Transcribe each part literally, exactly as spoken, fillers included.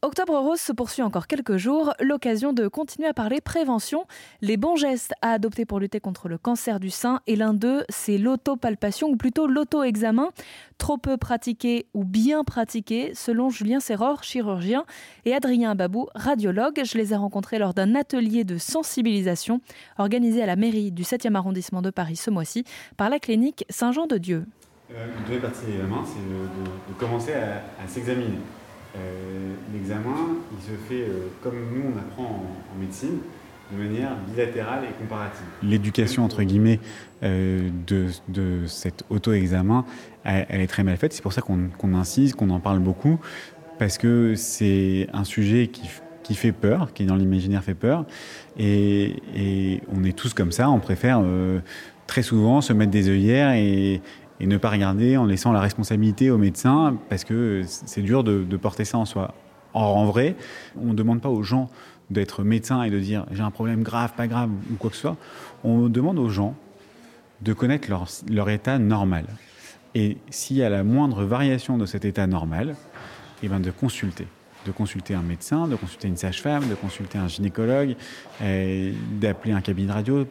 Octobre Rose se poursuit encore quelques jours, l'occasion de continuer à parler prévention, les bons gestes à adopter pour lutter contre le cancer du sein, et l'un d'eux, c'est l'autopalpation ou plutôt l'auto-examen, trop peu pratiqué ou bien pratiqué, selon Julien Serror, chirurgien, et Adrien Babou, radiologue. Je les ai rencontrés lors d'un atelier de sensibilisation organisé à la mairie du septième arrondissement de Paris ce mois-ci par la clinique Saint-Jean-de-Dieu. Euh, une deuxième partie de l'examen, c'est de, de, de commencer à, à s'examiner. Euh, l'examen, il se fait euh, comme nous on apprend en, en médecine, de manière bilatérale et comparative. L'éducation entre guillemets euh, de, de cet auto-examen, elle, elle est très mal faite. C'est pour ça qu'on, qu'on insiste, qu'on en parle beaucoup, parce que c'est un sujet qui, qui fait peur, qui dans l'imaginaire fait peur, et, et on est tous comme ça. On préfère euh, très souvent se mettre des œillères et et ne pas regarder en laissant la responsabilité aux médecins parce que c'est dur de, de porter ça en soi. Or, en vrai, on ne demande pas aux gens d'être médecins et de dire j'ai un problème grave, pas grave ou quoi que ce soit. On demande aux gens de connaître leur, leur état normal. Et s'il y a la moindre variation de cet état normal, eh ben de consulter. De consulter un médecin, de consulter une sage-femme, de consulter un gynécologue, d'appeler un cabinet de radio.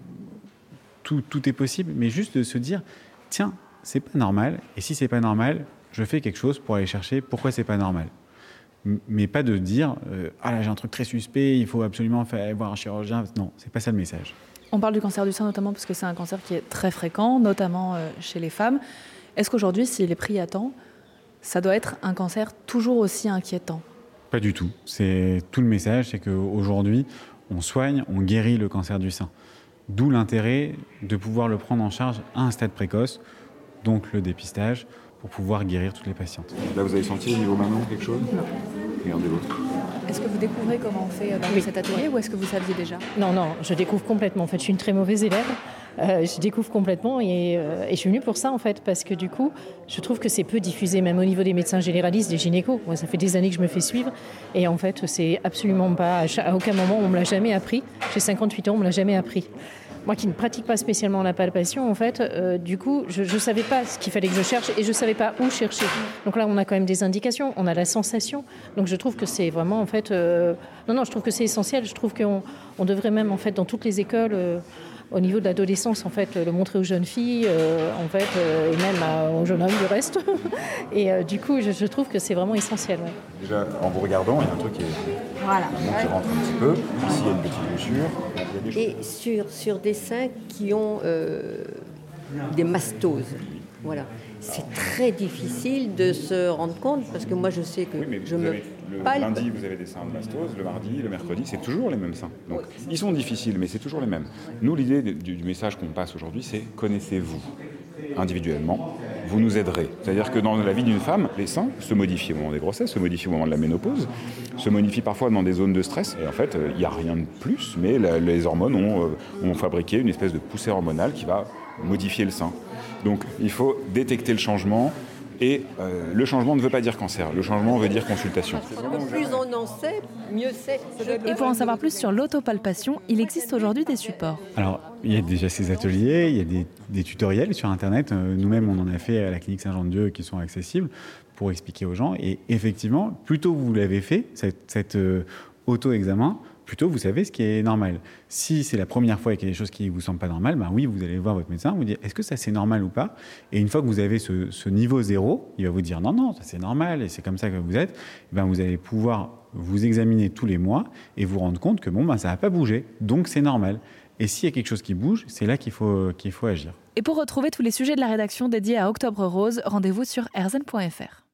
Tout, tout est possible, mais juste de se dire tiens, c'est pas normal, et si c'est pas normal, je fais quelque chose pour aller chercher pourquoi c'est pas normal. Mais pas de dire euh, ah là j'ai un truc très suspect, il faut absolument faire, voir un chirurgien. Non, c'est pas ça le message. On parle du cancer du sein notamment parce que c'est un cancer qui est très fréquent, notamment euh, chez les femmes. Est-ce qu'aujourd'hui, s'il est pris à temps, ça doit être un cancer toujours aussi inquiétant ? Pas du tout. C'est tout le message, c'est qu'aujourd'hui, on soigne, on guérit le cancer du sein. D'où l'intérêt de pouvoir le prendre en charge à un stade précoce, donc le dépistage, pour pouvoir guérir toutes les patientes. Là, vous avez senti au niveau maman quelque chose ? Non. Regardez l'autre. Est-ce que vous découvrez comment on fait dans oui. cet atelier ou est-ce que vous saviez déjà ? Non, non, je découvre complètement. En fait, je suis une très mauvaise élève. Euh, je découvre complètement et, euh, et je suis venue pour ça, en fait, parce que du coup, je trouve que c'est peu diffusé, même au niveau des médecins généralistes, des gynécos. Moi, ça fait des années que je me fais suivre et en fait, c'est absolument pas... À aucun moment, on ne me l'a jamais appris. J'ai cinquante-huit ans, on ne me l'a jamais appris. Moi qui ne pratique pas spécialement la palpation, en fait, euh, du coup, je ne savais pas ce qu'il fallait que je cherche et je ne savais pas où chercher. Donc là, on a quand même des indications, on a la sensation. Donc je trouve que c'est vraiment, en fait... Euh... Non, non, je trouve que c'est essentiel. Je trouve qu'on on devrait même, en fait, dans toutes les écoles... Euh... Au niveau de l'adolescence, en fait, le montrer aux jeunes filles, euh, en fait, euh, et même euh, aux jeunes hommes du reste. et euh, du coup, je, je trouve que c'est vraiment essentiel. Ouais. Déjà, en vous regardant, il y a un truc qui, est... voilà. qui rentre un petit peu. Ici, il y a une petite bouchure. Il y a des et sur, sur des seins qui ont euh, des mastoses. Voilà. C'est très difficile de se rendre compte parce que moi, je sais que oui, je me me... Le palpe. lundi, vous avez des seins de mastose, le mardi, le mercredi, c'est toujours les mêmes seins. Donc, ils sont difficiles, mais c'est toujours les mêmes. Nous, l'idée du, du message qu'on passe aujourd'hui, c'est connaissez-vous individuellement, vous nous aiderez. C'est-à-dire que dans la vie d'une femme, les seins se modifient au moment des grossesses, se modifient au moment de la ménopause, se modifient parfois dans des zones de stress. Et en fait, il n'y a rien de plus, mais la, les hormones ont, ont fabriqué une espèce de poussée hormonale qui va modifier le sein. Donc, il faut détecter le changement. Et euh, le changement ne veut pas dire cancer, le changement veut dire consultation. Plus on en sait, mieux c'est. Et pour en savoir plus sur l'autopalpation, il existe aujourd'hui des supports. Alors, il y a déjà ces ateliers, il y a des, des tutoriels sur Internet. Euh, nous-mêmes, on en a fait à la clinique Saint-Jean-de-Dieu qui sont accessibles pour expliquer aux gens. Et effectivement, plus tôt vous l'avez fait, cette, cette euh, auto-examen, plutôt vous savez ce qui est normal. Si c'est la première fois qu'il y a des choses qui ne vous semblent pas normales, ben oui, vous allez voir votre médecin, vous dire est-ce que ça c'est normal ou pas ? Et une fois que vous avez ce, ce niveau zéro, il va vous dire non, non, ça c'est normal et c'est comme ça que vous êtes, ben vous allez pouvoir vous examiner tous les mois et vous rendre compte que bon, ben, ça n'a pas bougé, donc c'est normal. Et s'il y a quelque chose qui bouge, c'est là qu'il faut, qu'il faut agir. Et pour retrouver tous les sujets de la rédaction dédiés à Octobre Rose, rendez-vous sur r zen point f r.